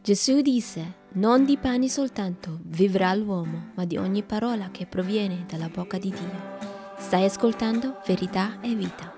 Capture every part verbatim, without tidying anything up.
Gesù disse: non di pane soltanto vivrà l'uomo, ma di ogni parola che proviene dalla bocca di Dio. Stai ascoltando Verità e Vita.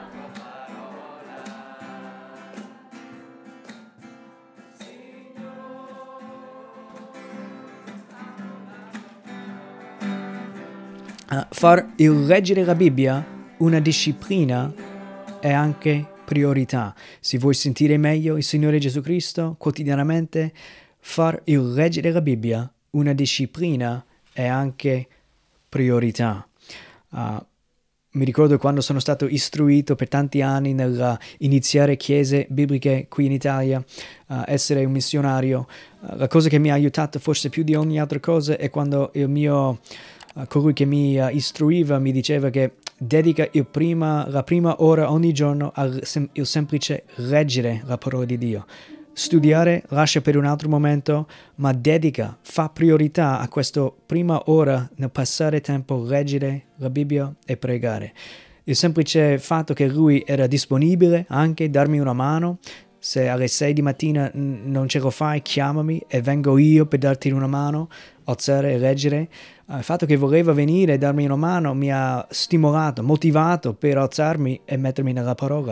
Uh, far il leggere la Bibbia una disciplina è anche priorità. Se vuoi sentire meglio il Signore Gesù Cristo quotidianamente, far il leggere la Bibbia una disciplina è anche priorità. Uh, mi ricordo quando sono stato istruito per tanti anni nel iniziare chiese bibliche qui in Italia, uh, essere un missionario. Uh, la cosa che mi ha aiutato forse più di ogni altra cosa è quando il mio Uh, colui che mi uh, istruiva mi diceva che dedica il prima, la prima ora ogni giorno al sem- il semplice leggere la parola di Dio. Studiare lascia per un altro momento, ma dedica, fa priorità a questa prima ora nel passare tempo, leggere la Bibbia e pregare. Il semplice fatto che lui era disponibile anche a darmi una mano. Se alle sei di mattina n- non ce lo fai, chiamami e vengo io per darti una mano, alzare e leggere. Il fatto che voleva venire e darmi una mano mi ha stimolato, motivato per alzarmi e mettermi nella parola.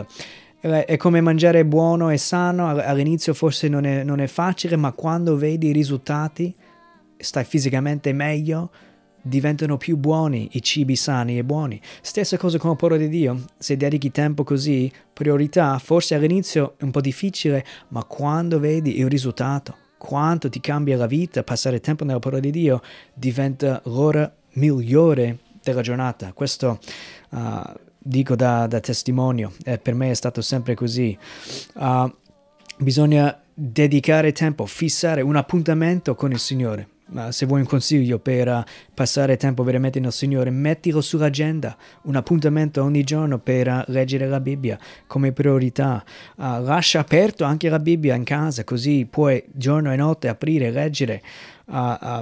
È come mangiare buono e sano, all'inizio forse non è, non è facile, ma quando vedi i risultati, stai fisicamente meglio, diventano più buoni i cibi sani e buoni. Stessa cosa con la parola di Dio. Se dedichi tempo così, priorità, forse all'inizio è un po' difficile, ma quando vedi il risultato, quanto ti cambia la vita, passare tempo nella parola di Dio, diventa l'ora migliore della giornata. Questo uh, dico da, da testimonio, e per me è stato sempre così. Uh, bisogna dedicare tempo, fissare un appuntamento con il Signore. Uh, se vuoi un consiglio per uh, passare tempo veramente nel Signore, mettilo sull'agenda, un appuntamento ogni giorno per uh, leggere la Bibbia come priorità. Uh, lascia aperto anche la Bibbia in casa, così puoi giorno e notte aprire, leggere. Uh, uh,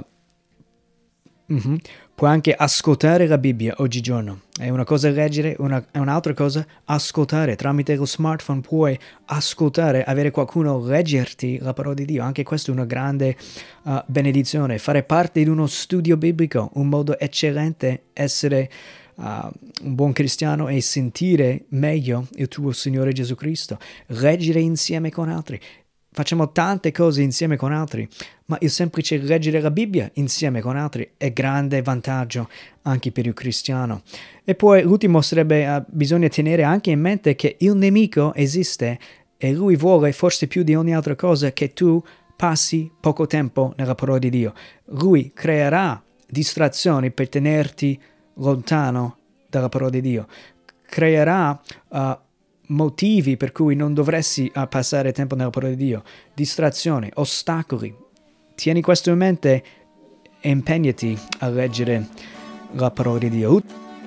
mm-hmm. Puoi anche ascoltare la Bibbia oggigiorno. È una cosa leggere, una, è un'altra cosa ascoltare. Tramite lo smartphone puoi ascoltare, avere qualcuno leggerti la parola di Dio. Anche questa è una grande uh, benedizione. Fare parte di uno studio biblico, un modo eccellente essere uh, un buon cristiano e sentire meglio il tuo Signore Gesù Cristo. Leggere insieme con altri. Facciamo tante cose insieme con altri, ma il semplice leggere la Bibbia insieme con altri è grande vantaggio anche per il cristiano. E poi l'ultimo sarebbe, uh, bisogna tenere anche in mente che il nemico esiste e lui vuole forse più di ogni altra cosa che tu passi poco tempo nella parola di Dio. Lui creerà distrazioni per tenerti lontano dalla parola di Dio. Creerà uh, motivi per cui non dovresti uh, passare tempo nella parola di Dio, distrazioni, ostacoli. Tieni questo in mente e impegnati a leggere la parola di Dio.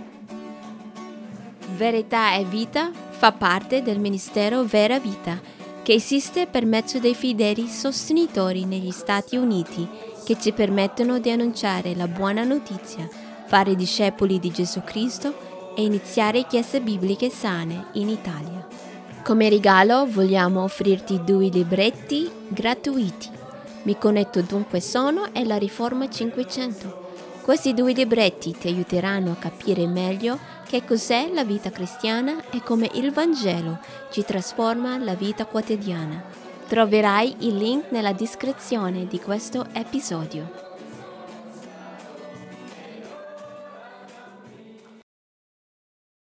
Verità e Vita fa parte del ministero Vera Vita, che esiste per mezzo dei fedeli sostenitori negli Stati Uniti, che ci permettono di annunciare la buona notizia, fare discepoli di Gesù Cristo e iniziare chiese bibliche sane in Italia. Come regalo vogliamo offrirti due libretti gratuiti. Mi connetto dunque sono e la Riforma cinquecento. Questi due libretti ti aiuteranno a capire meglio che cos'è la vita cristiana e come il Vangelo ci trasforma la vita quotidiana. Troverai il link nella descrizione di questo episodio.